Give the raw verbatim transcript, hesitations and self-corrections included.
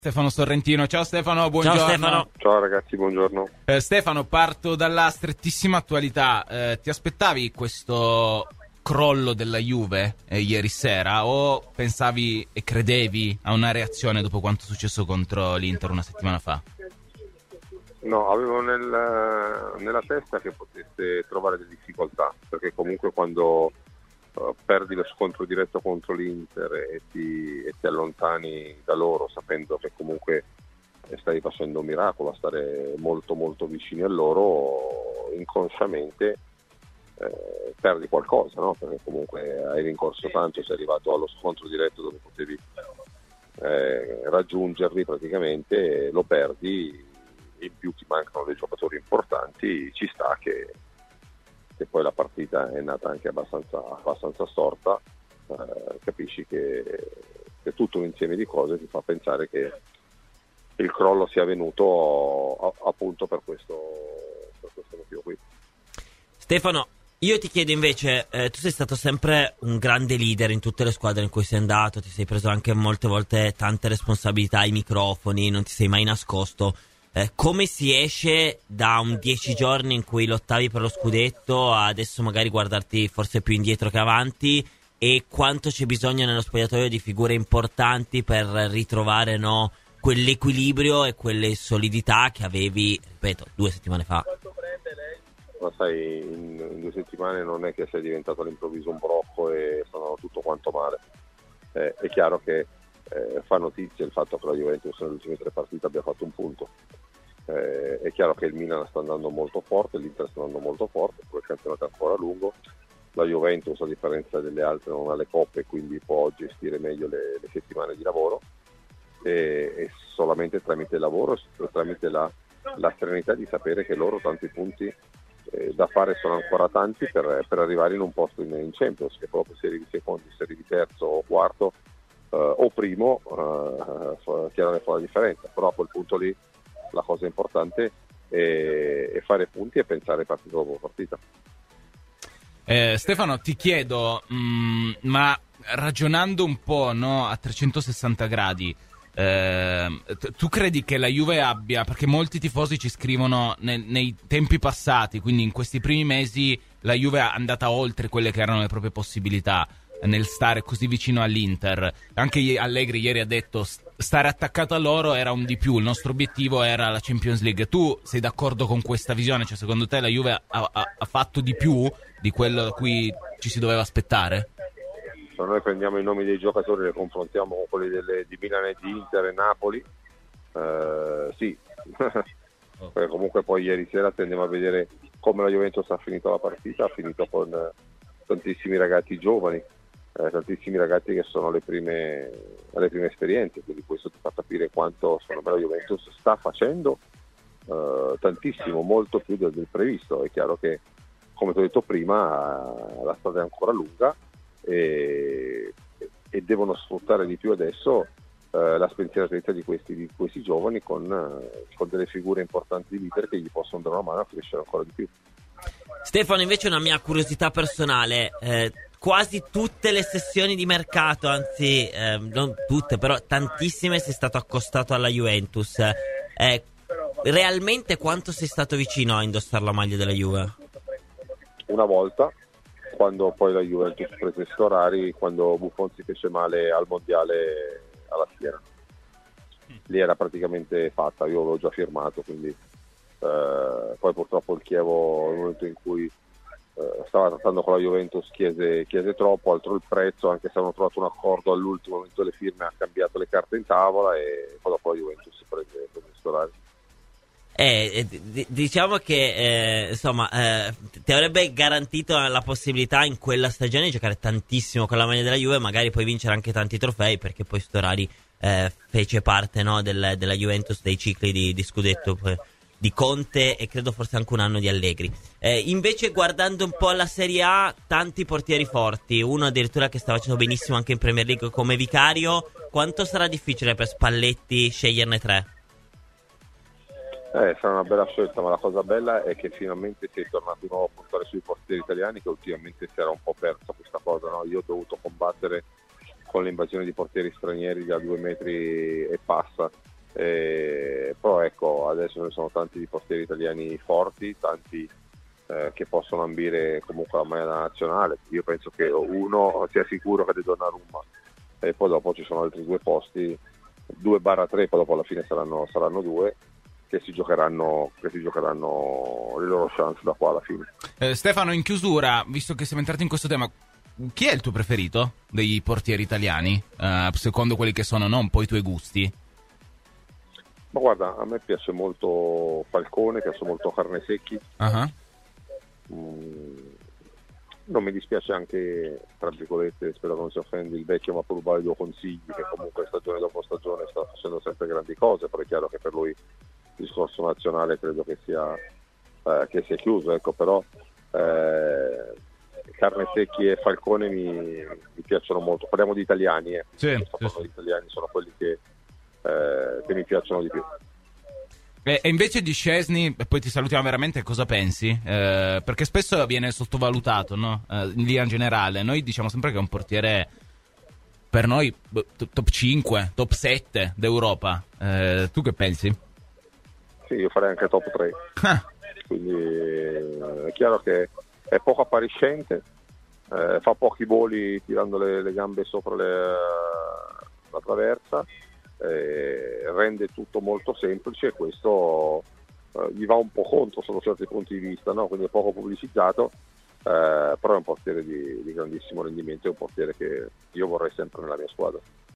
Stefano Sorrentino. Ciao Stefano, buongiorno. Ciao Stefano. Ciao ragazzi, buongiorno. Eh, Stefano, parto dalla strettissima attualità. Eh, ti aspettavi questo crollo della Juve eh, ieri sera o pensavi e credevi a una reazione dopo quanto successo contro l'Inter una settimana fa? No, avevo nel, nella testa che potesse trovare delle difficoltà, perché comunque quando uh, perdi lo scontro diretto contro l'Inter e ti, e ti allontani da loro sapendo che comunque stai facendo un miracolo a stare molto molto vicini a loro, inconsciamente eh, perdi qualcosa, no? Perché comunque hai rincorso tanto, sei arrivato allo scontro diretto dove potevi eh, raggiungerli praticamente, e lo perdi. In più ti mancano dei giocatori importanti, ci sta che, che poi la partita è nata anche abbastanza, abbastanza storta, eh, capisci che, che tutto un insieme di cose ti fa pensare che il crollo sia avvenuto a, appunto per questo, per questo motivo qui. Stefano, io ti chiedo invece, eh, tu sei stato sempre un grande leader in tutte le squadre in cui sei andato, ti sei preso anche molte volte tante responsabilità ai microfoni, non ti sei mai nascosto. Eh, come si esce da un dieci giorni in cui lottavi per lo scudetto a adesso magari guardarti forse più indietro che avanti, e quanto c'è bisogno nello spogliatoio di figure importanti per ritrovare, no, quell'equilibrio e quelle solidità che avevi, ripeto, due settimane fa? Ma sai, in, in due settimane non è che sei diventato all'improvviso un brocco e sta andando tutto quanto male. Eh, è chiaro che eh, fa notizia il fatto che la Juventus nelle ultime tre partite abbia fatto un punto. Eh, è chiaro che il Milan sta andando molto forte, l'Inter sta andando molto forte, poi il campionato è ancora lungo. La Juventus, a differenza delle altre, non ha le coppe, quindi può gestire meglio le, le settimane di lavoro, e, e solamente tramite il lavoro, tramite la, la serenità di sapere che loro tanti punti eh, da fare sono ancora tanti per, per arrivare in un posto in, in Champions, che proprio se arrivi secondo, se arrivi terzo o quarto eh, o primo, eh, tirare fuori la differenza, però a quel punto lì la cosa importante è, è fare punti e pensare partita dopo partita. Eh, Stefano, ti chiedo, mh, ma ragionando un po', no, a trecentosessanta gradi, eh, t- tu credi che la Juve abbia, perché molti tifosi ci scrivono nel, nei tempi passati, quindi in questi primi mesi la Juve è andata oltre quelle che erano le proprie possibilità nel stare così vicino all'Inter. Anche Allegri ieri ha detto stare attaccato a loro era un di più, il nostro obiettivo era la Champions League. Tu sei d'accordo con questa visione? Cioè, secondo te la Juve ha, ha, ha fatto di più di quello da cui ci si doveva aspettare? Se noi prendiamo i nomi dei giocatori e li confrontiamo con quelli delle, di Milan e di Inter e Napoli, eh, sì. Perché comunque poi ieri sera tendiamo a vedere come la Juventus ha finito la partita, ha finito con eh, tantissimi ragazzi giovani, Eh, tantissimi ragazzi che sono alle prime, alle prime esperienze, quindi questo ti fa capire quanto secondo me la Juventus sta facendo eh, tantissimo, molto più del, del previsto. È chiaro che, come ti ho detto prima, la strada è ancora lunga e, e devono sfruttare di più adesso eh, la spensieratezza di questi, di questi giovani con, eh, con delle figure importanti di leader che gli possono dare una mano a crescere ancora di più. Stefano, invece una mia curiosità personale, eh, quasi tutte le sessioni di mercato, anzi eh, non tutte, però tantissime, sei stato accostato alla Juventus. Eh, realmente quanto sei stato vicino a indossare la maglia della Juve? Una volta, quando poi la Juventus prese Storari, quando Buffon si fece male al mondiale alla schiena. Lì era praticamente fatta, io l'avevo già firmato, quindi eh, poi purtroppo il Chievo, nel momento in cui Uh, stava trattando con la Juventus, chiese, chiese troppo, altrò il prezzo, anche se avevano trovato un accordo all'ultimo momento delle firme, ha cambiato le carte in tavola e poi dopo la Juventus prende, prende Storari. Eh, d- diciamo che eh, insomma eh, ti avrebbe garantito la possibilità in quella stagione di giocare tantissimo con la maglia della Juve, magari poi vincere anche tanti trofei, perché poi Storari eh, fece parte, no, del, della Juventus, dei cicli di, di scudetto di Conte e credo forse anche un anno di Allegri. Eh, invece guardando un po' la Serie A, tanti portieri forti, uno addirittura che sta facendo benissimo anche in Premier League come Vicario. Quanto sarà difficile per Spalletti sceglierne tre? Eh, sarà una bella scelta, ma la cosa bella è che finalmente si è tornato di nuovo a puntare sui portieri italiani, che ultimamente si era un po' persa questa cosa, no? Io ho dovuto combattere con l'invasione di portieri stranieri da due metri e passa Eh, però ecco, adesso ce ne sono tanti di portieri italiani forti, tanti eh, che possono ambire comunque alla maglia nazionale. Io penso che uno sia sicuro che è Donnarumma, e poi dopo ci sono altri due posti, due barra tre, poi dopo alla fine saranno, saranno due, che si giocheranno che si giocheranno le loro chance da qua alla fine. Eh, Stefano, in chiusura, visto che siamo entrati in questo tema, chi è il tuo preferito dei portieri italiani? Eh, secondo quelli che sono, no, un po' i tuoi gusti? Ma guarda, a me piace molto Falcone, piace molto Carnesecchi. Uh-huh. Mm, non mi dispiace anche, tra virgolette, spero che non si offendi, il vecchio ma pur valido Consigli, che comunque stagione dopo stagione sta facendo sempre grandi cose, però è chiaro che per lui il discorso nazionale credo che sia, eh, che sia chiuso, ecco, però eh, Carnesecchi e Falcone mi, mi piacciono molto. Parliamo di italiani, eh. Sì, sì, sì. Gli italiani sono quelli che Eh, che mi piacciono di più. E, e invece di Szczęsny, e poi ti salutiamo veramente, cosa pensi? Eh, perché spesso viene sottovalutato, no? Eh, in linea generale, noi diciamo sempre che è un portiere per noi top cinque, top sette d'Europa. Eh, tu che pensi? Sì, io farei anche top tre. Ah. Quindi eh, è chiaro che è poco appariscente, eh, fa pochi voli tirando le, le gambe sopra le, la traversa. Eh, rende tutto molto semplice, e questo eh, gli va un po' contro sotto certi punti di vista, no? Quindi è poco pubblicizzato, eh, però è un portiere di, di grandissimo rendimento, è un portiere che io vorrei sempre nella mia squadra.